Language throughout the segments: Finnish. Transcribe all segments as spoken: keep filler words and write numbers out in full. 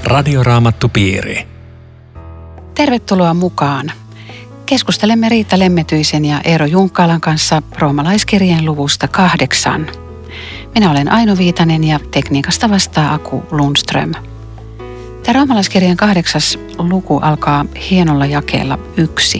Radioraamattupiiri. Tervetuloa mukaan. Keskustelemme Riitta Lemmetyisen ja Eero Junkkalan kanssa roomalaiskirjeen luvusta kahdeksan. Minä olen Aino Viitanen ja tekniikasta vastaa Aku Lundström. Tämä roomalaiskirjeen kahdeksas luku alkaa hienolla jakeella yksi.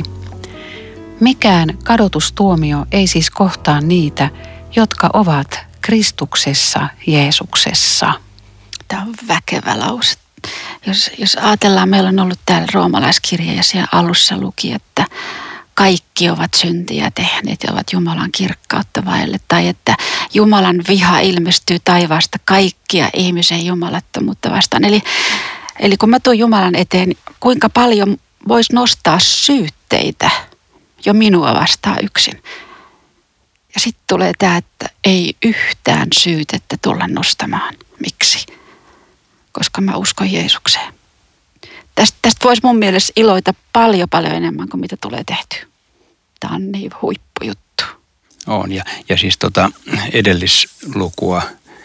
Mikään kadotustuomio ei siis kohtaa niitä, jotka ovat Kristuksessa Jeesuksessa. Tämä on väkevä lause. Jos, jos ajatellaan, meillä on ollut täällä roomalaiskirja ja siellä alussa luki, että kaikki ovat syntiä tehneet ja ovat Jumalan kirkkautta vaille. Tai että Jumalan viha ilmestyy taivaasta kaikkia ihmisen jumalattomuutta vastaan. Eli, eli kun mä tuun Jumalan eteen, kuinka paljon voisi nostaa syytteitä jo minua vastaan yksin. Ja sitten tulee tämä, että ei yhtään syytettä tulla nostamaan. Miksi? Koska mä uskon Jeesukseen. Tästä, tästä voisi mun mielestä iloita paljon paljon enemmän kuin mitä tulee tehtyä. Tämä on niin huippujuttu. On ja, ja siis tota edellislukua,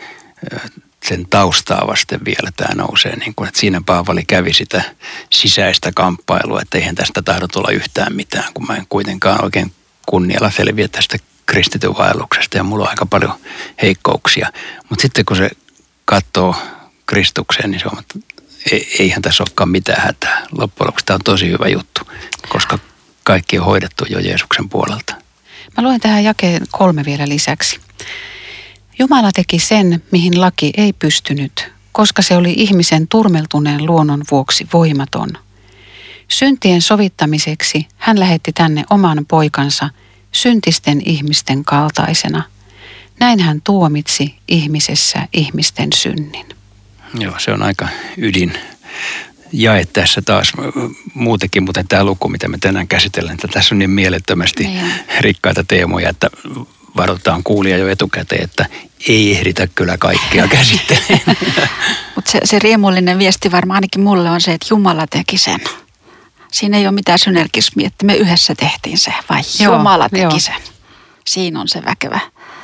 sen taustaa vasten vielä tämä nousee, niin kuin, että siinä Paavali kävi sitä sisäistä kamppailua, että eihän tästä tahdo tulla yhtään mitään, kun mä en kuitenkaan oikein kunnialla selviä tästä kristityn vaelluksesta ja mulla on aika paljon heikkouksia. Mutta sitten kun se katsoo Kristukseen, niin se on, että eihän tässä olekaan mitään hätää. Loppujen lopuksi tämä on tosi hyvä juttu, koska kaikki on hoidettu jo Jeesuksen puolelta. Mä luen tähän jakeen kolme vielä lisäksi. Jumala teki sen, mihin laki ei pystynyt, koska se oli ihmisen turmeltuneen luonnon vuoksi voimaton. Syntien sovittamiseksi hän lähetti tänne oman poikansa syntisten ihmisten kaltaisena. Näin hän tuomitsi ihmisessä ihmisten synnin. Joo, se on aika ydin jae tässä taas muutenkin, mutta tämä luku, mitä me tänään käsitellään, että tässä on niin mielettömästi Meidän. rikkaita teemoja, että varoitetaan kuulija jo etukäteen, että ei ehditä kyllä kaikkea käsittelemään. Mutta se, se riemullinen viesti varmaan ainakin mulle on se, että Jumala teki sen. Siinä ei ole mitään synergismiä, että me yhdessä tehtiin se, vai joo, Jumala teki joo. sen. Siinä on se väkevä,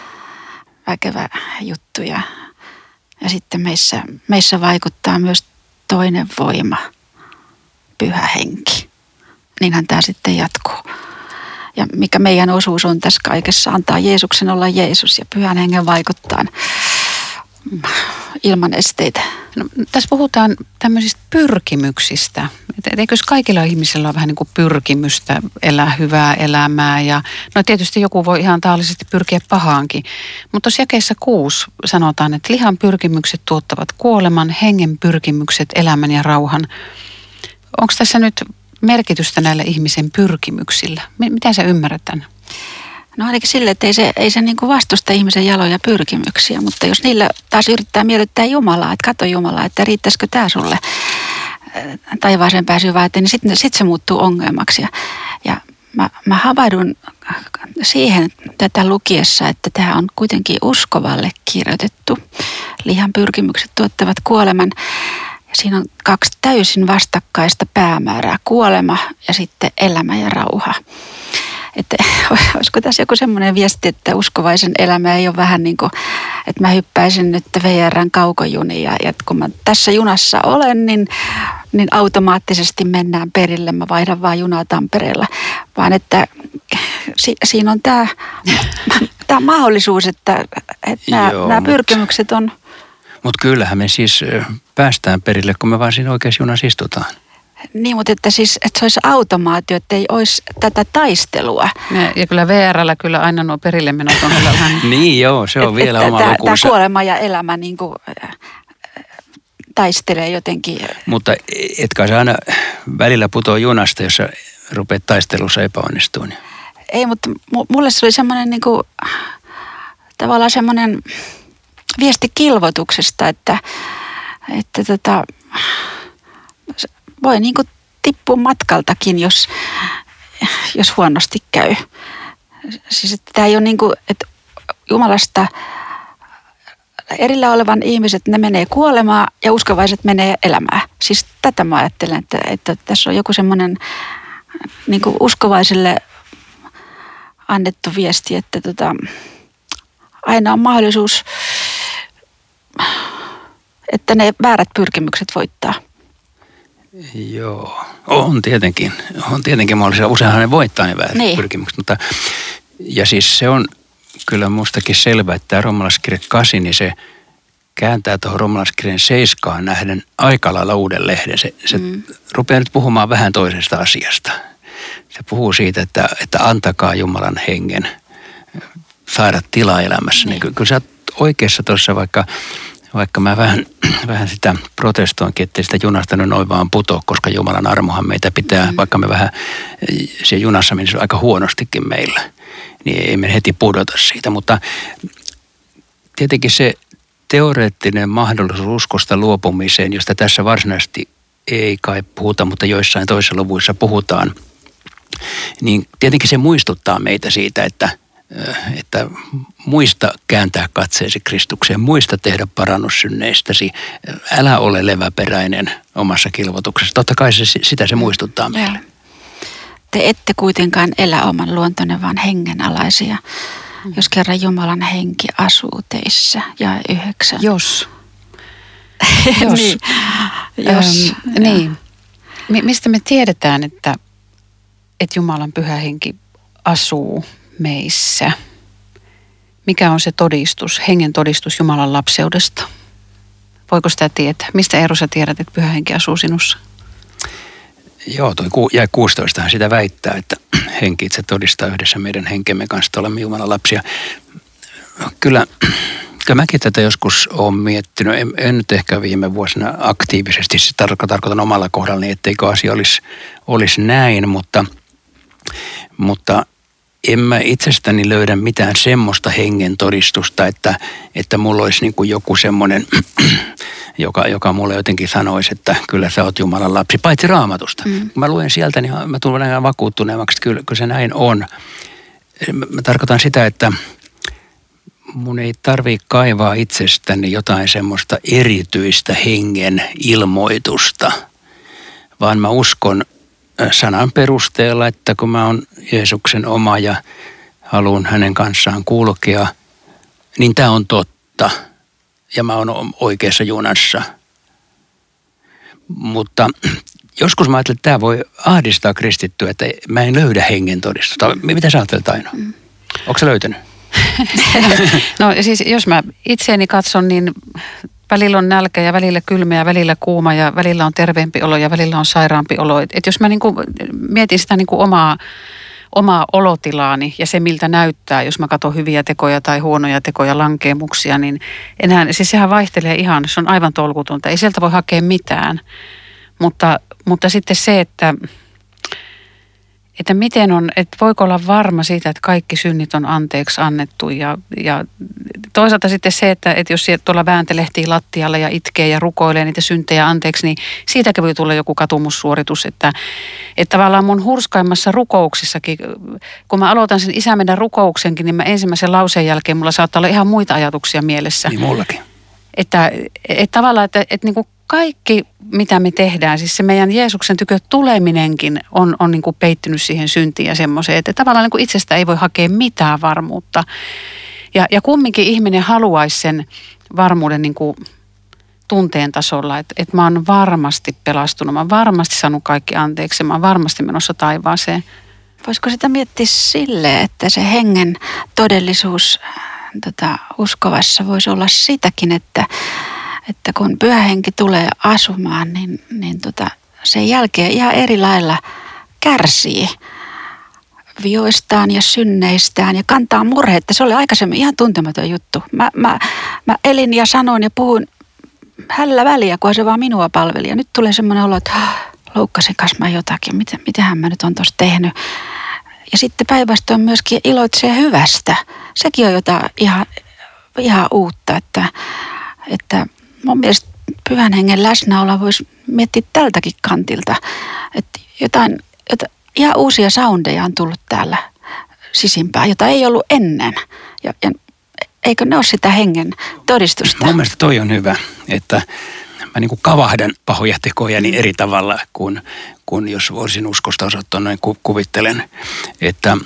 väkevä juttu ja Ja sitten meissä, meissä vaikuttaa myös toinen voima, Pyhä Henki. Niinhän tämä sitten jatkuu. Ja mikä meidän osuus on tässä kaikessa, antaa Jeesuksen olla Jeesus ja Pyhän Hengen vaikuttaa ilman esteitä. No, tässä puhutaan tämmöisistä pyrkimyksistä. Et eikös kaikilla ihmisillä ole vähän niin kuin pyrkimystä elää hyvää elämää. Ja, no tietysti joku voi ihan tahallisesti pyrkiä pahaankin. Mutta tuossa jakeessa kuusi sanotaan, että lihan pyrkimykset tuottavat kuoleman, hengen pyrkimykset elämän ja rauhan. Onko tässä nyt merkitystä näillä ihmisen pyrkimyksillä? Miten sä ymmärrät tämän? No ainakin sille, että ei se, ei se niin kuin vastusta ihmisen jaloja pyrkimyksiä, mutta jos niillä taas yrittää miellyttää Jumalaa, että katso Jumalaa, että riittäisikö tämä sulle taivaaseen pääsyä varten, niin sitten sit se muuttuu ongelmaksi. Ja, ja mä, mä havaidun siihen tätä lukiessa, että tämä on kuitenkin uskovalle kirjoitettu. Lihan pyrkimykset tuottavat kuoleman. Ja siinä on kaksi täysin vastakkaista päämäärää, kuolema ja sitten elämä ja rauha. Että olisiko tässä joku semmoinen viesti, että uskovaisen elämä ei ole vähän niin kuin, että mä hyppäisin nyt V R:n kaukojuniin ja, ja kun mä tässä junassa olen, niin, niin automaattisesti mennään perille. Mä vaihdan vaan junaa Tampereella. Vaan että si, siinä on tämä, tämä mahdollisuus, että, että nämä, Joo, nämä pyrkimykset on... Mutta kyllähän me siis päästään perille, kun me vaan siinä oikeassa junassa istutaan. Niin, mutta että, siis, että se olisi automaatio, että ei olisi tätä taistelua. Ja, ja kyllä V R:llä kyllä aina nuo perille menot on vähän... Niin joo, se on et, vielä et, oma lukunsa. Tämä kuolema ja elämä niin kuin, taistelee jotenkin. Mutta etkä sä aina välillä putoa junasta, jos sä rupeat taistelussa epäonnistumaan. Ei, mutta mulle se oli semmoinen niin kuin, tavallaan semmoinen viesti kilvotuksesta, että, että tota... voi niin kuin tippua matkaltakin, jos, jos huonosti käy. Siis että tämä ei ole niin kuin, että Jumalasta erillä olevan ihmiset, ne menee kuolemaan ja uskovaiset menee elämään. Siis tätä mä ajattelen, että, että tässä on joku semmoinen niin kuin uskovaisille annettu viesti, että tota, aina on mahdollisuus, että ne väärät pyrkimykset voittaa. Joo, on tietenkin. On tietenkin mahdollisia. Useinhan ne voittaa ne väärät niin. pyrkimykset. Mutta, ja siis se on kyllä mustakin selvä, että tämä roomalaiskirje kahdeksan, niin se kääntää tuohon roomalaiskirjeen seiskaan nähden aika lailla uuden lehden. Se, se mm. rupeaa nyt puhumaan vähän toisesta asiasta. Se puhuu siitä, että, että antakaa Jumalan hengen saada tilaa elämässä. Niin. Niin, kyllä sä oot oikeassa tuossa, vaikka, vaikka mä vähän, vähän sitä protestoinkin, ettei sitä junasta noin vaan putoa, koska Jumalan armohan meitä pitää, mm. vaikka me vähän siellä junassa menisi aika huonostikin meillä, niin ei me heti pudota siitä. Mutta tietenkin se teoreettinen mahdollisuus uskosta luopumiseen, josta tässä varsinaisesti ei kai puhuta, mutta joissain toisissa luvuissa puhutaan, niin tietenkin se muistuttaa meitä siitä, että, että muista kääntää katseesi Kristukseen, muista tehdä parannus synneistäsi, älä ole leväperäinen omassa kilvoituksessa. Totta kai se, sitä se muistuttaa meille. Te ette kuitenkaan elä oman luontonne, vaan hengenalaisia. Jos kerran Jumalan henki asuu teissä, ja yhdeksän. Jos. Jos. niin. Jos. Ähm, niin. Mistä me tiedetään, että, että Jumalan pyhä henki asuu meissä? Mikä on se todistus, hengen todistus Jumalan lapseudesta? Voiko sitä tietää? Mistä Eero sä tiedät, että pyhä henki asuu sinussa? Joo, toi jäi kuusitoista sitä väittää, että henki itse todistaa yhdessä meidän henkemme kanssa, että olemme Jumalan lapsia. Kyllä, kyllä mäkin tätä joskus olen miettinyt, en, en nyt ehkä viime vuosina aktiivisesti, se tarkoitan omalla kohdallani, etteikö asia olisi, olisi näin, mutta, mutta en mä itsestäni löydä mitään semmoista hengen todistusta, että, että mulla olisi niin kuin joku semmoinen, joka, joka mulle jotenkin sanoisi, että kyllä sä oot Jumalan lapsi, paitsi Raamatusta. Mm. Kun mä luen sieltä, niin mä tulen aina vakuuttuneemmaksi, että kyllä, kyllä se näin on. Mä, mä tarkoitan sitä, että mun ei tarvitse kaivaa itsestäni jotain semmoista erityistä hengen ilmoitusta, vaan mä uskon sanan perusteella, että kun mä oon Jeesuksen oma ja haluan hänen kanssaan kulkea, niin tämä on totta. Ja mä oon oikeassa junassa. Mutta joskus mä ajattelen, että tämä voi ahdistaa kristittyä, että mä en löydä hengen todistusta. Mitä sä ajattelet, Aino? Mm. Onko sä löytänyt? No siis jos mä itseäni katson, niin välillä on nälkä ja välillä kylmä ja välillä kuuma ja välillä on terveempi olo ja välillä on sairaampi olo. Et, et jos mä niinku mietin sitä niinku omaa, omaa olotilaani ja se miltä näyttää, jos mä katson hyviä tekoja tai huonoja tekoja, lankeemuksia, niin enhän, siis sehän vaihtelee ihan, se on aivan tolkutonta. Ei sieltä voi hakea mitään, mutta, mutta sitten se, että... Että miten on, että voiko olla varma siitä, että kaikki synnit on anteeksi annettu ja, ja toisaalta sitten se, että, että jos tuolla vääntelehtii lattialla ja itkee ja rukoilee niitä syntejä anteeksi, niin siitäkin voi tulla joku katumussuoritus, että, että tavallaan mun hurskaimmassa rukouksissakin, kun mä aloitan sen Isä meidän rukouksenkin, niin mä ensimmäisen lauseen jälkeen mulla saattaa olla ihan muita ajatuksia mielessä. Niin mullakin. Että, että tavallaan, että, että niin kuin kaikki, mitä me tehdään, siis se meidän Jeesuksen tykö tuleminenkin on, on niin kuin peittynyt siihen syntiin ja semmoiseen, että tavallaan niin kuin itsestä ei voi hakea mitään varmuutta. Ja, ja kumminkin ihminen haluaisi sen varmuuden niin kuin tunteen tasolla, että, että mä oon varmasti pelastunut, mä oon varmasti saanut kaikki anteeksi, mä oon varmasti menossa taivaaseen. Voisiko sitä miettiä sille, että se hengen todellisuus tota, uskovassa voisi olla sitäkin, että Että kun pyhä henki tulee asumaan, niin, niin tota, sen jälkeen ihan eri lailla kärsii vioistaan ja synneistään ja kantaa murheita. Se oli aikaisemmin ihan tuntematon juttu. Mä, mä, mä elin ja sanoin ja puhuin hällä väliä, kun se vaan minua palveli. Ja nyt tulee semmoinen olo, että loukkasinkas mä jotakin, mitä, mitähän mä nyt on tuossa tehnyt. Ja sitten päinvastoin myöskin iloitsee hyvästä. Sekin on jotain ihan, ihan uutta, että... että mun mielestä pyhän hengen läsnäolo voisi miettiä tältäkin kantilta, että jotain, jotain ihan uusia soundeja on tullut täällä sisimpään, jota ei ollut ennen. Ja, ja eikö ne ole sitä hengen todistusta? Mun mielestä toi on hyvä, että mä niin kuin kavahdan pahoja tekojani eri tavalla kuin, kuin jos voisin uskosta osoittaa noin kuvittelen, että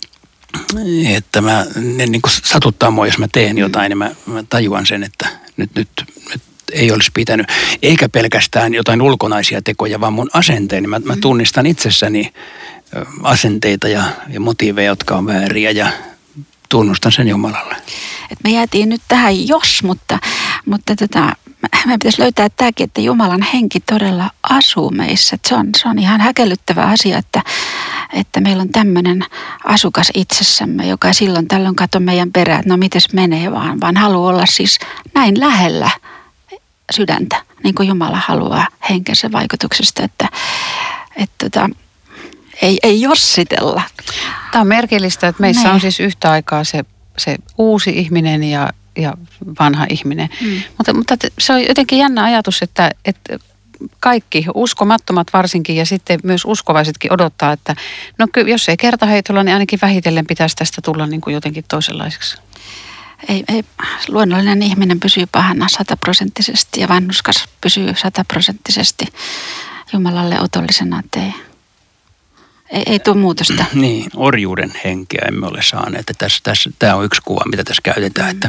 että mä, ne niin kuin satuttaa mua, jos mä teen jotain, niin mä, mä tajuan sen, että nyt, nyt, nyt ei olisi pitänyt. Eikä pelkästään jotain ulkonaisia tekoja, vaan mun asenteeni. Mä, mä tunnistan itsessäni asenteita ja, ja motiiveja, jotka on vääriä ja tunnustan sen Jumalalle. Et me jäätiin nyt tähän jos, mutta, mutta tota, meidän pitäisi löytää tämäkin, että Jumalan henki todella asuu meissä. Se on, se on ihan häkellyttävä asia, että, että meillä on tämmöinen asukas itsessämme, joka ei silloin tällöin katso meidän perään, että no mites menee vaan, vaan haluaa olla siis näin lähellä sydäntä, niin kuin Jumala haluaa henkensä vaikutuksesta, että, että, että ei, ei jossitella. Tämä on merkillistä, että meissä ne. on siis yhtä aikaa se, se uusi ihminen ja, ja vanha ihminen. Mm. Mutta, mutta se on jotenkin jännä ajatus, että, että kaikki, uskomattomat varsinkin ja sitten myös uskovaisetkin odottaa, että no jos ei kertaheitolla, niin ainakin vähitellen pitäisi tästä tulla niin kuin jotenkin toisenlaiseksi. Ei, ei, luonnollinen ihminen pysyy pahana sataprosenttisesti ja vanhuskas pysyy sataprosenttisesti Jumalalle otollisena, että ei, ei, ei tule muutosta. Niin, orjuuden henkeä emme ole saaneet. Tässä, tässä, tämä on yksi kuva, mitä tässä käytetään, että,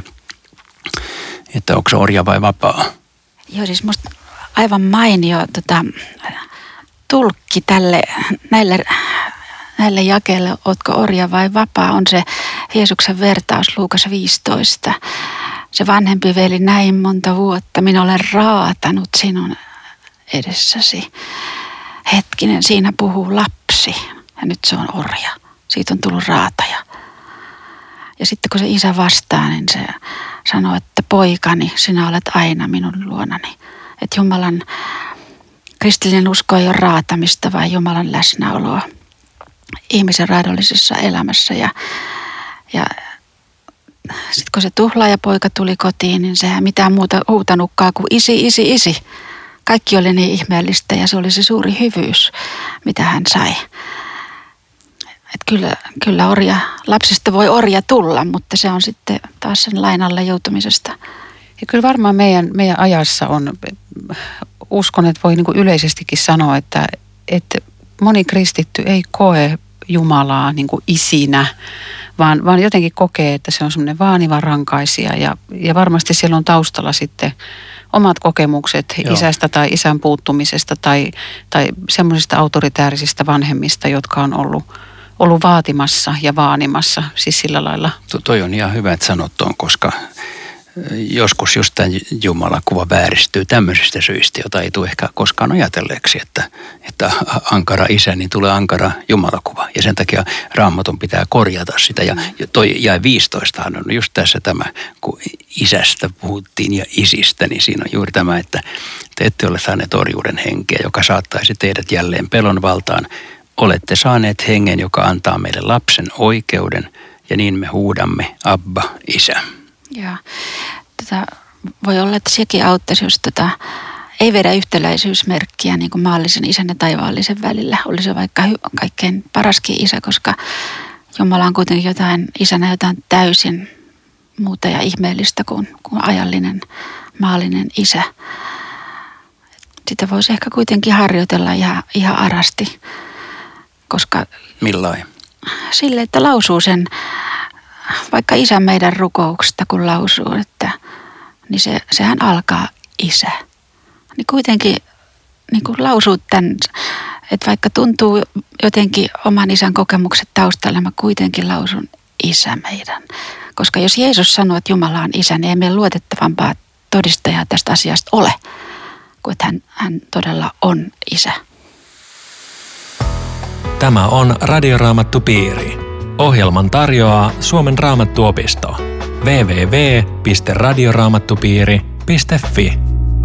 että onko se orja vai vapaa. Joo, siis musta aivan mainio tota, tulkki tälle, näille, näille jakeille, ootko orja vai vapaa, on se Jeesuksen vertaus Luukas viisitoista. Se vanhempi veli, näin monta vuotta minä olen raatanut sinun edessäsi. Hetkinen, siinä puhuu lapsi ja nyt se on orja. Siitä on tullut raataja. Ja sitten kun se isä vastaa, niin se sanoo, että poikani, sinä olet aina minun luonani. Että Jumalan kristillinen usko ei ole raatamista, vaan Jumalan läsnäoloa ihmisen raadollisessa elämässä. Ja, ja sitten kun se tuhlaajapoika tuli kotiin, niin sehän mitään muuta huutanutkaa kuin isi, isi, isi. Kaikki oli niin ihmeellistä ja se oli se suuri hyvyys, mitä hän sai. Että kyllä, kyllä orja, lapsista voi orja tulla, mutta se on sitten taas sen lainalle joutumisesta. Ja kyllä varmaan meidän, meidän ajassa on, uskon, että voi niin kuin yleisestikin sanoa, että, että moni kristitty ei koe Jumalaa niin kuin isinä, vaan, vaan jotenkin kokee, että se on semmoinen vaaniva rankaisija ja, ja varmasti siellä on taustalla sitten omat kokemukset Joo. isästä tai isän puuttumisesta tai, tai semmoisista autoritäärisistä vanhemmista, jotka on ollut, ollut vaatimassa ja vaanimassa, siis sillä lailla. To, toi on ihan hyvä, että sanot tuon, koska joskus just tämä Jumalakuva vääristyy tämmöisistä syistä, jota ei tule ehkä koskaan ajatelleeksi, että, että ankara isä, niin tulee ankara Jumalakuva. Ja sen takia Raamatun pitää korjata sitä. Ja toi jae viisitoista on just tässä tämä, kun isästä puhuttiin ja isistä, niin siinä on juuri tämä, että te ette ole saaneet orjuuden henkeä, joka saattaisi teidät jälleen pelon valtaan. Olette saaneet hengen, joka antaa meille lapsen oikeuden, ja niin me huudamme, Abba, isä. Joo. Tota, voi olla, että sekin auttaisi, jos tota, ei vedä yhtäläisyysmerkkiä niin kuin maallisen isän ja taivaallisen välillä. Olisi se vaikka hy- kaikkein paraskin isä, koska Jumala on kuitenkin jotain, isänä jotain täysin muuta ja ihmeellistä kuin, kuin ajallinen maallinen isä. Sitä voisi ehkä kuitenkin harjoitella ihan, ihan arasti, koska Millain? sille, että lausuu sen vaikka isä meidän rukouksesta, kun lausuu, että niin se, sehän alkaa isä. Niin kuitenkin niin kuin lausuu tämän, että vaikka tuntuu jotenkin oman isän kokemukset taustalla, mä kuitenkin lausun isä meidän. Koska jos Jeesus sanoo, että Jumala on isä, niin ei meillä luotettavampaa todistajaa tästä asiasta ole, kuin että hän, hän todella on isä. Tämä on Radioraamattupiiri. Ohjelman tarjoaa Suomen Raamattuopisto. double-u double-u double-u piste radioraamattupiiri piste fi.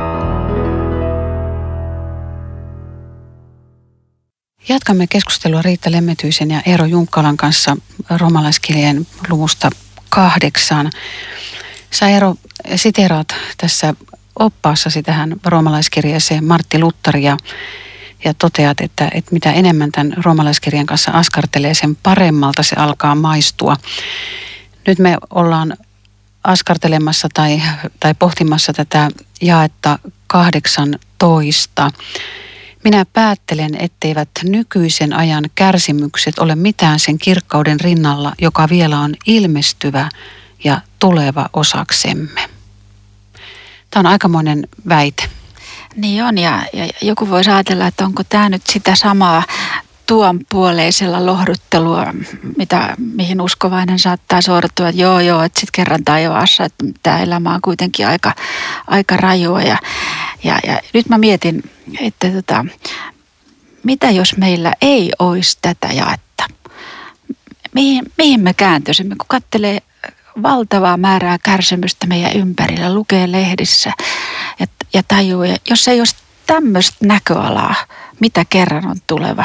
Jatkamme keskustelua Riitta Lemmetyisen ja Eero Junkkalan kanssa roomalaiskirjeen luvusta kahdeksan. Sä Eero siteeraat tässä oppaassasi tähän roomalaiskirjeeseen Martti Lutheria ja toteat, että, että mitä enemmän tämän roomalaiskirjan kanssa askartelee, sen paremmalta se alkaa maistua. Nyt me ollaan askartelemassa tai, tai pohtimassa tätä jaetta kahdeksantoista. Minä päättelen, etteivät nykyisen ajan kärsimykset ole mitään sen kirkkauden rinnalla, joka vielä on ilmestyvä ja tuleva osaksemme. Tämä on aikamoinen väite. Niin on, ja, ja joku voisi ajatella, että onko tämä nyt sitä samaa tuonpuoleisella lohduttelua, mitä, mihin uskovainen saattaa sortua, että joo joo, että sitten kerran taivaassa, että tämä elämä on kuitenkin aika, aika rajua. Ja, ja, ja nyt mä mietin, että tota, mitä jos meillä ei olisi tätä jaetta? Mihin, mihin me kääntyisimme, kun katselee valtavaa määrää kärsimystä meidän ympärillä, lukee lehdissä ja, ja tajuu, ja jos ei olisi tämmöistä näköalaa, mitä kerran on tuleva,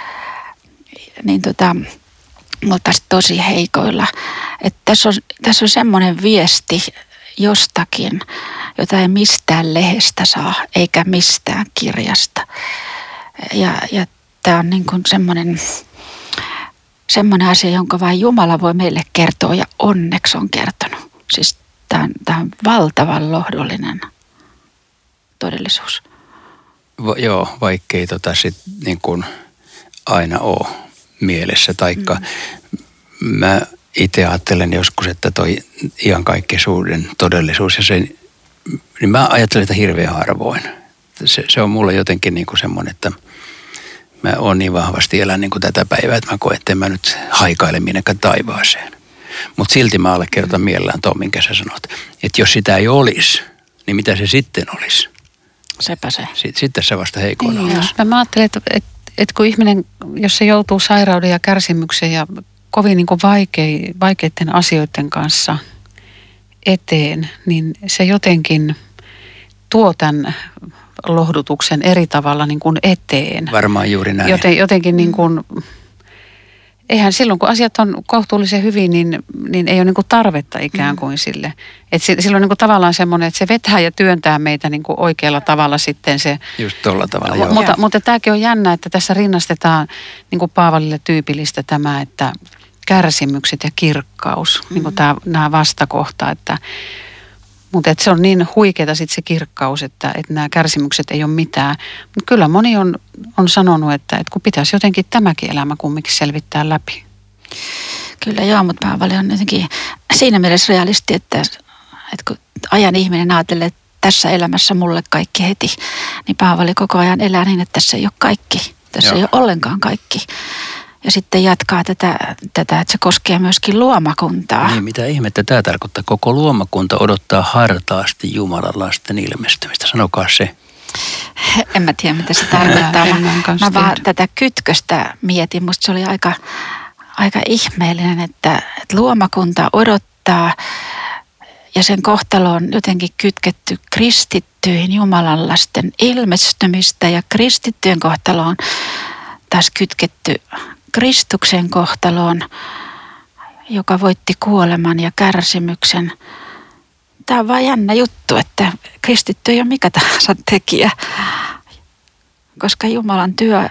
niin tota, me oltaisiin tosi heikoilla. Että tässä on, tässä on semmoinen viesti jostakin, jota ei mistään lehdestä saa, eikä mistään kirjasta. Ja, ja tämä on niin kuin semmoinen, semmoinen asia, jonka vain Jumala voi meille kertoa, ja onneksi on kertonut. Siis tämä on, tämä on valtavan lohdullinen todellisuus. Va, joo, vaikkei tota sit niin kuin aina ole mielessä. Taikka mm. mä itse ajattelen joskus, että toi iankaikkisuuden todellisuus ja sen, niin mä ajattelen sitä hirveän harvoin. Se, se on mulle jotenkin niin kuin semmoinen, että mä oon niin vahvasti elän niin kuin tätä päivää, että mä koen, että en mä nyt haikaile minnekään taivaaseen. Mutta silti mä allekirjoitan mielellään tuon, minkä sä sanot. Että jos sitä ei olisi, niin mitä se sitten olisi? Sepä se. Sitten se vasta heikoilla niin, olisi. mä ajattelen, että, että, että kun ihminen, jos se joutuu sairauden ja kärsimyksen ja kovin niin kuin vaikei, vaikeiden asioiden kanssa eteen, niin se jotenkin tuo tämän lohdutuksen eri tavalla niin kuin eteen. Varmaan juuri näin. Joten, jotenkin niin kuin, eihän silloin kun asiat on kohtuullisen hyvin, niin, niin ei ole niin kuin tarvetta ikään kuin sille. Että silloin on niin kuin tavallaan semmoinen, että se vetää ja työntää meitä niin kuin oikealla tavalla sitten se. Just tuolla tavalla, joo. Mutta, mutta tämäkin on jännä, että tässä rinnastetaan niin kuin Paavalille tyypillistä tämä, että kärsimykset ja kirkkaus, mm-hmm. niin kuin tämä, nämä vastakohta, että mutta että se on niin huikeeta sitten se kirkkaus, että, että nämä kärsimykset ei ole mitään. Mutta kyllä moni on, on sanonut, että, että kun pitäisi jotenkin tämäkin elämä kumminkin selvittää läpi. Kyllä joo, mutta Paavali on jotenkin siinä mielessä realisti, että, että kun ajan ihminen ajattelee, että tässä elämässä mulle kaikki heti, niin Paavali koko ajan elää niin, että tässä ei ole kaikki. Tässä joo. ei ole ollenkaan kaikki. Ja sitten jatkaa tätä, tätä, että se koskee myöskin luomakuntaa. Niin, mitä ihmettä tämä tarkoittaa? Koko luomakunta odottaa hartaasti Jumalan lasten ilmestymistä. Sanokaa se. En mä tiedä, mitä se tarkoittaa. Mä, mä vaan tätä kytköstä mietin. Musta se oli aika, aika ihmeellinen, että, että luomakunta odottaa ja sen kohtalo on jotenkin kytketty kristittyihin Jumalan lasten ilmestymistä. Ja kristittyjen kohtalo on taas kytketty Kristuksen kohtaloon, joka voitti kuoleman ja kärsimyksen. Tämä on vaan jännä juttu, että kristitty ei ole mikä tahansa tekijä, koska Jumalan työ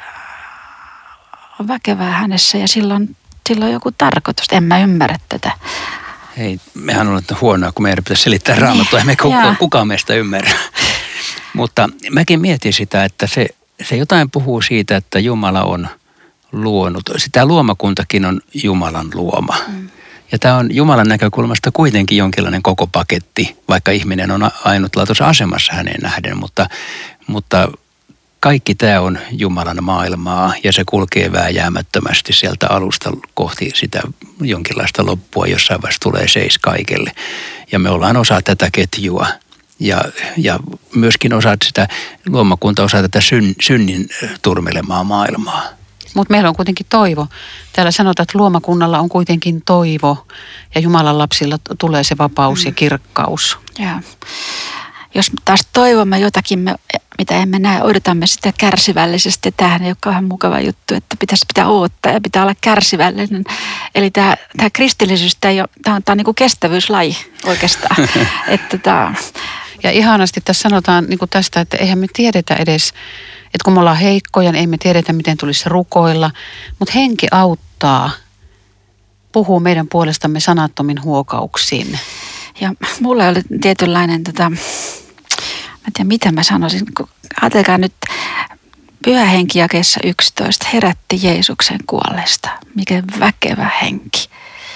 on väkevää hänessä ja silloin, silloin on joku tarkoitus. En mä ymmärrä tätä. Hei, mehän on huonoa, kun meidän pitäisi selittää Raamattua, emme kukaan, kukaan meistä ymmärrä. Mutta mäkin mietin sitä, että se, se jotain puhuu siitä, että Jumala on luonut. Sitä luomakuntakin on Jumalan luoma. Mm. Ja tämä on Jumalan näkökulmasta kuitenkin jonkinlainen koko paketti, vaikka ihminen on ainutlaatuisessa asemassa häneen nähden, mutta, mutta kaikki tämä on Jumalan maailmaa ja se kulkee vääjäämättömästi sieltä alusta kohti sitä jonkinlaista loppua, jossain vaiheessa tulee seis kaikelle. Ja me ollaan osa tätä ketjua ja, ja myöskin osa sitä, luomakunta osa tätä syn, synnin turmelemaa maailmaa. Mutta meillä on kuitenkin toivo. Täällä sanotaan, että luomakunnalla on kuitenkin toivo ja Jumalan lapsilla tulee se vapaus mm. ja kirkkaus. Ja. Jos taas toivomme jotakin, me, mitä emme näe, odotamme sitä kärsivällisesti. Tämähän ei ole kauhean mukava juttu, että pitäisi pitää odottaa ja pitää olla kärsivällinen. Eli tämä, tämä kristillisyys, tämä, ei ole, tämä on, tämä on niin kuin kestävyyslaji oikeastaan. että tämä... Ja ihanasti tässä sanotaan niin kuin tästä, että eihän me tiedetä edes, että kun me ollaan heikkoja, niin ei me tiedetä, miten tulisi rukoilla. Mutta henki auttaa, puhuu meidän puolestamme sanattomin huokauksin. Ja mulla oli tietynlainen, tota, mä en tiedä mitä mä sanoisin, kun ajatelkaa nyt Pyhä Henki jakeessa yksitoista herätti Jeesuksen kuolleesta. Mikä väkevä henki.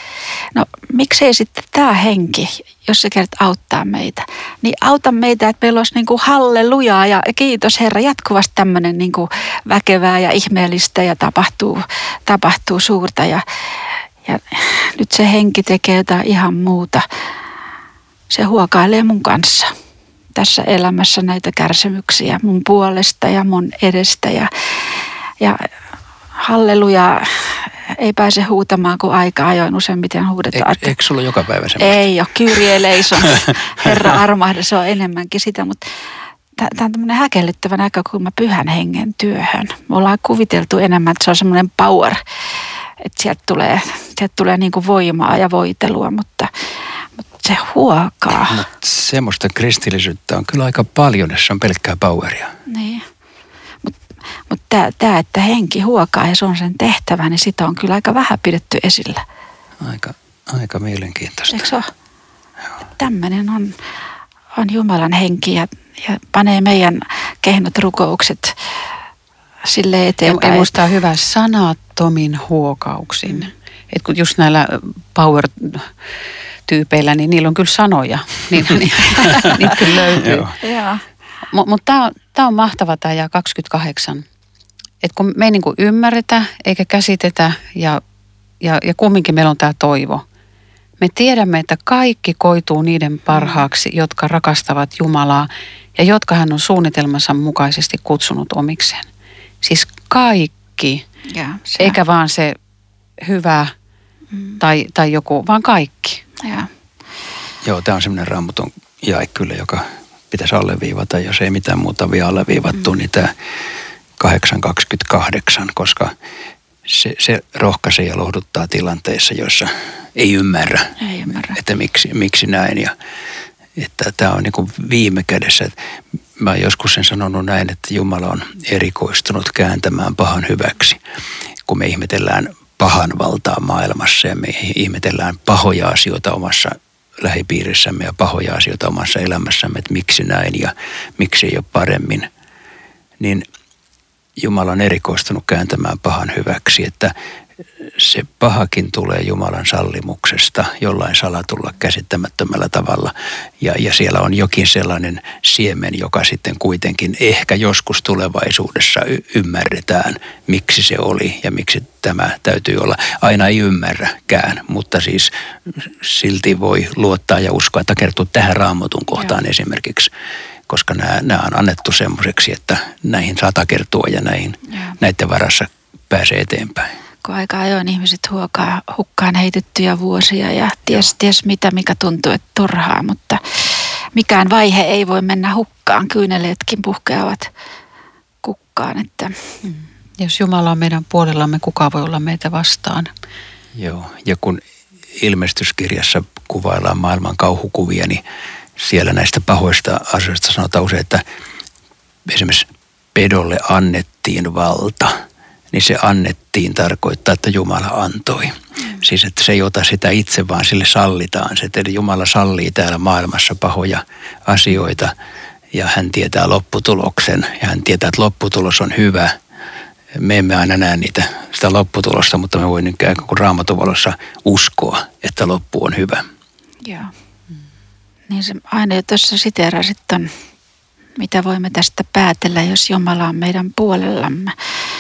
no miksei sitten tämä henki, jos se kerta auttaa meitä, niin auta meitä, että meillä olisi niin kuin hallelujaa ja kiitos Herra, jatkuvasti tämmöinen niin kuin väkevää ja ihmeellistä ja tapahtuu, tapahtuu suurta ja, ja nyt se henki tekee jotain ihan muuta. Se huokailee mun kanssa tässä elämässä näitä kärsimyksiä mun puolesta ja mun edestä ja, ja halleluja ei pääse huutamaan, kun aika ajoin useimmiten huudetaan. Eikö, eikö sulla joka päivä semmoista? Ei ole, Kyrie leison, Herra armahda, se on enemmänkin sitä, mutta tämä on tämmöinen häkellyttävä näkökulma pyhän hengen työhön. Me ollaan kuviteltu enemmän, että se on semmoinen power, että sieltä tulee, sieltä tulee niin kuin voimaa ja voitelua, mutta, mutta se huokaa. Mutta semmoista kristillisyyttä on kyllä aika paljon, jos on pelkkää poweria. Niin. Mutta tämä, tämä, että henki huokaa ja se on sen tehtävä, niin sitä on kyllä aika vähän pidetty esillä. Aika, aika mielenkiintoista. Eikö se ole? Tämmöinen on, on Jumalan henki ja, ja panee meidän kehnot rukoukset sille eteenpäin. Ja musta on hyvä sanattomin huokauksin. Mm. Et kun just näillä power-tyypeillä, niin niillä on kyllä sanoja. Niitä, niitä kyllä löytyy. Joo. Mutta mut tämä on, tää on mahtava tämä ja kaksikymmentäkahdeksan. Että kun me ei niinku ymmärretä eikä käsitetä ja, ja, ja kumminkin meillä on tämä toivo. Me tiedämme, että kaikki koituu niiden parhaaksi, jotka rakastavat Jumalaa ja jotka hän on suunnitelmansa mukaisesti kutsunut omikseen. Siis kaikki, Ja, se eikä vaan se hyvä mm. tai, tai joku, vaan kaikki. Ja. Joo, tämä on semmoinen Raamatun jae kyllä, joka pitäisi alleviivata, jos ei mitään muuta vielä alleviivattu, mm. niin tämä kahdeksan kaksikymmentäkahdeksan, koska se, se rohkaisee ja lohduttaa tilanteissa, joissa ei ymmärrä, ei ymmärrä. että miksi, miksi näin. Ja, että tämä on niin kuin viime kädessä. Että mä oon joskus sen sanonut näin, että Jumala on erikoistunut kääntämään pahan hyväksi. Kun me ihmetellään pahan valtaa maailmassa ja me ihmetellään pahoja asioita omassa lähipiirissämme ja pahoja asioita omassa elämässämme, että miksi näin ja miksi ei ole paremmin, niin Jumala on erikoistunut kääntämään pahan hyväksi, että se pahakin tulee Jumalan sallimuksesta jollain salatulla käsittämättömällä tavalla ja, ja siellä on jokin sellainen siemen, joka sitten kuitenkin ehkä joskus tulevaisuudessa y- ymmärretään, miksi se oli ja miksi tämä täytyy olla. Aina ei ymmärräkään, mutta siis silti voi luottaa ja uskoa, että kertoo tähän Raamatun kohtaan Joo. esimerkiksi, koska nämä, nämä on annettu semmoiseksi, että näihin saa takertua ja näihin, näiden varassa pääsee eteenpäin. Kun aika ajoin ihmiset huokaa hukkaan heitettyjä vuosia ja ties, ties mitä, mikä tuntuu, että turhaa, mutta mikään vaihe ei voi mennä hukkaan. Kyyneleetkin puhkeavat kukkaan. Että. Mm. Jos Jumala on meidän puolellamme, kuka voi olla meitä vastaan? Joo, ja kun ilmestyskirjassa kuvaillaan maailman kauhukuvia, niin siellä näistä pahoista asioista sanotaan usein, että esimerkiksi pedolle annettiin valta. Niin se annettiin tarkoittaa, että Jumala antoi. Mm. Siis, että se ei ota sitä itse, vaan sille sallitaan. Se, että Jumala sallii täällä maailmassa pahoja asioita ja hän tietää lopputuloksen ja hän tietää, että lopputulos on hyvä. Me emme aina näe niitä, sitä lopputulosta, mutta me voimme ikään kuin Raamatun valossa uskoa, että loppu on hyvä. Joo. Mm. Niin se aina jo tuossa siteerasit ton, mitä voimme tästä päätellä, jos Jumala on meidän puolellamme.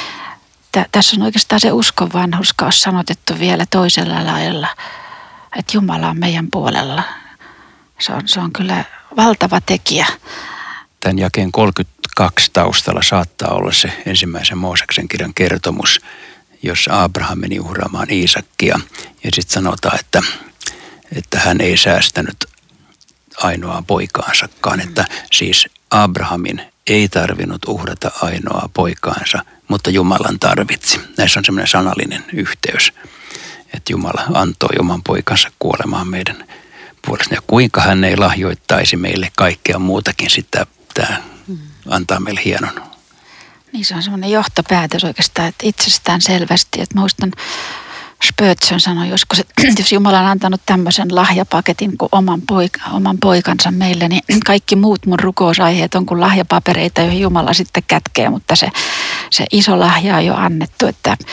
Tässä on oikeastaan se uskon vanhurskaus sanotettu vielä toisella lailla, että Jumala on meidän puolella. Se on, se on kyllä valtava tekijä. Tämän jakeen kolmekymmentäkaksi taustalla saattaa olla se ensimmäisen Mooseksen kirjan kertomus, jossa Abraham meni uhraamaan Iisakkia. Ja sitten sanotaan, että, että hän ei säästänyt ainoaa poikaansakaan. Että siis Abrahamin ei tarvinnut uhrata ainoaa poikaansa, mutta Jumalan tarvitsi. Näissä on semmoinen sanallinen yhteys, että Jumala antoi oman poikansa kuolemaan meidän puolesta. Ja kuinka hän ei lahjoittaisi meille kaikkea muutakin, sitten tämä antaa meille hienon. Niin se on semmoinen johtopäätös oikeastaan, että itsestään selvästi. Että muistan, Spurgeon sanoi joskus, että jos Jumala on antanut tämmöisen lahjapaketin kuin oman, poika, oman poikansa meille, niin kaikki muut mun rukousaiheet on kuin lahjapapereita, joihin Jumala sitten kätkee, mutta se, se iso lahja on jo annettu, että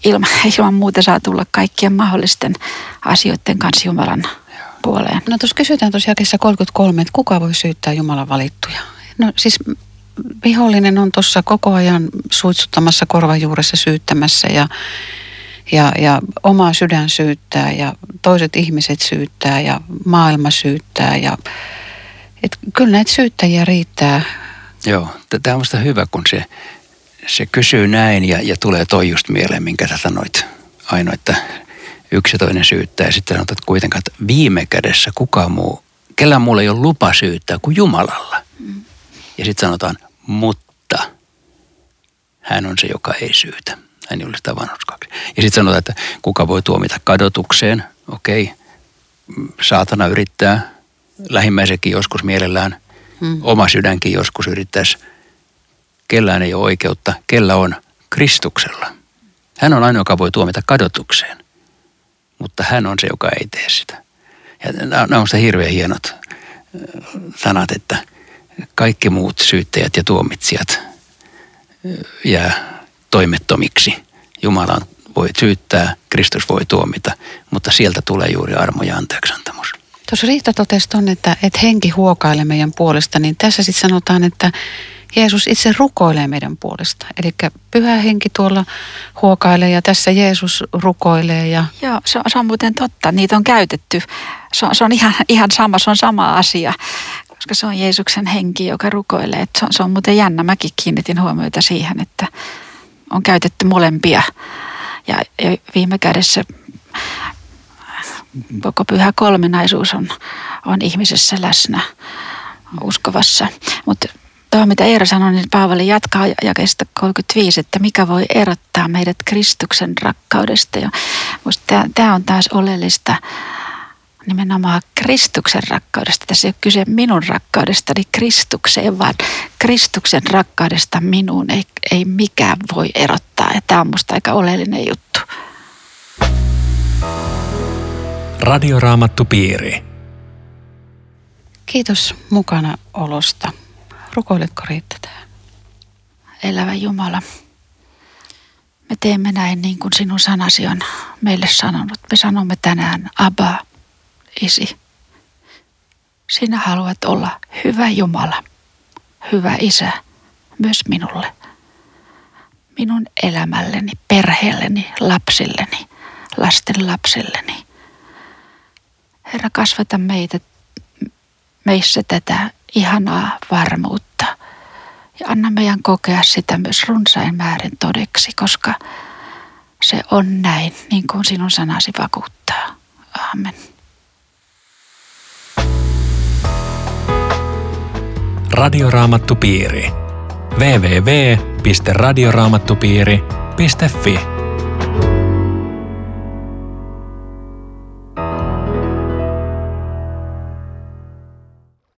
ilman, ilman muuta saa tulla kaikkien mahdollisten asioiden kanssa Jumalan puoleen. No tuossa kysytään tuossa jakeessa kolmekymmentäkolme, että kuka voi syyttää Jumalan valittuja? No siis vihollinen on tuossa koko ajan suitsuttamassa korvajuuressa syyttämässä ja, ja, ja oma sydän syyttää ja toiset ihmiset syyttää ja maailma syyttää. Ja, et kyllä näitä syyttäjiä riittää. Joo, tämä on musta hyvä, kun se, se kysyy näin ja, ja tulee toi just mieleen, minkä sä sanoit Aino, että yksi ja toinen syyttää ja sitten sanotaan, että kuitenkaan että viime kädessä kukaan muu, kellään muulla ei ole lupa syyttää kuin Jumalalla. Mm. Ja sitten sanotaan, mutta hän on se, joka ei syytä. Hän julistaa vanhurskaksi. Ja sitten sanotaan, että kuka voi tuomita kadotukseen. Okei, saatana yrittää, lähimmäisenkin joskus mielellään, mm. oma sydänkin joskus yrittäisi. Kellään ei ole oikeutta, kellä on Kristuksella. Hän on ainoa, joka voi tuomita kadotukseen, mutta hän on se, joka ei tee sitä. Ja nämä on sitä hirveän hienot sanat, että kaikki muut syyttäjät ja tuomitsijat jää toimettomiksi. Jumala voi syyttää, Kristus voi tuomita, mutta sieltä tulee juuri armo ja anteeksiantamus. Tuossa Riitta totesi ton, että, että henki huokailee meidän puolesta, niin tässä sitten sanotaan, että Jeesus itse rukoilee meidän puolesta. Eli pyhä henki tuolla huokailee ja tässä Jeesus rukoilee. Ja... Joo, se on, se on muuten totta. Niitä on käytetty. Se on, se on ihan, ihan sama, se on sama asia, koska se on Jeesuksen henki, joka rukoilee. Se on, se on muuten jännä. Mäkin kiinnitin huomiota siihen, että on käytetty molempia. Ja, ja viime kädessä koko pyhä kolminaisuus on, on ihmisessä läsnä uskovassa. Mutta tuohon, mitä Eero sanoi, niin Paavali jatkaa jakeesta kolmekymmentäviisi, että mikä voi erottaa meidät Kristuksen rakkaudesta. Ja musta tämä on taas oleellista nimenomaan Kristuksen rakkaudesta. Tässä ei ole kyse minun rakkaudestani Kristukseen, vaan Kristuksen rakkaudesta minuun ei, ei mikään voi erottaa. Ja tämä on musta aika oleellinen juttu. Radioraamattupiiri. Kiitos mukana olosta. Rukoiletko Riitta tähän? Elävä Jumala, me teemme näin niin kuin sinun sanasi on meille sanonut. Me sanomme tänään, Abba, Isi. Sinä haluat olla hyvä Jumala, hyvä Isä, myös minulle. Minun elämälleni, perheelleni, lapsilleni, lasten lapsilleni. Herra, kasvata meitä, meissä tätä ihanaa varmuutta ja anna meidän kokea sitä myös runsain määrin todeksi, koska se on näin, niin kuin sinun sanasi vakuuttaa. Aamen. Radioraamattupiiri. double-u double-u double-u piste radioraamattupiiri piste fi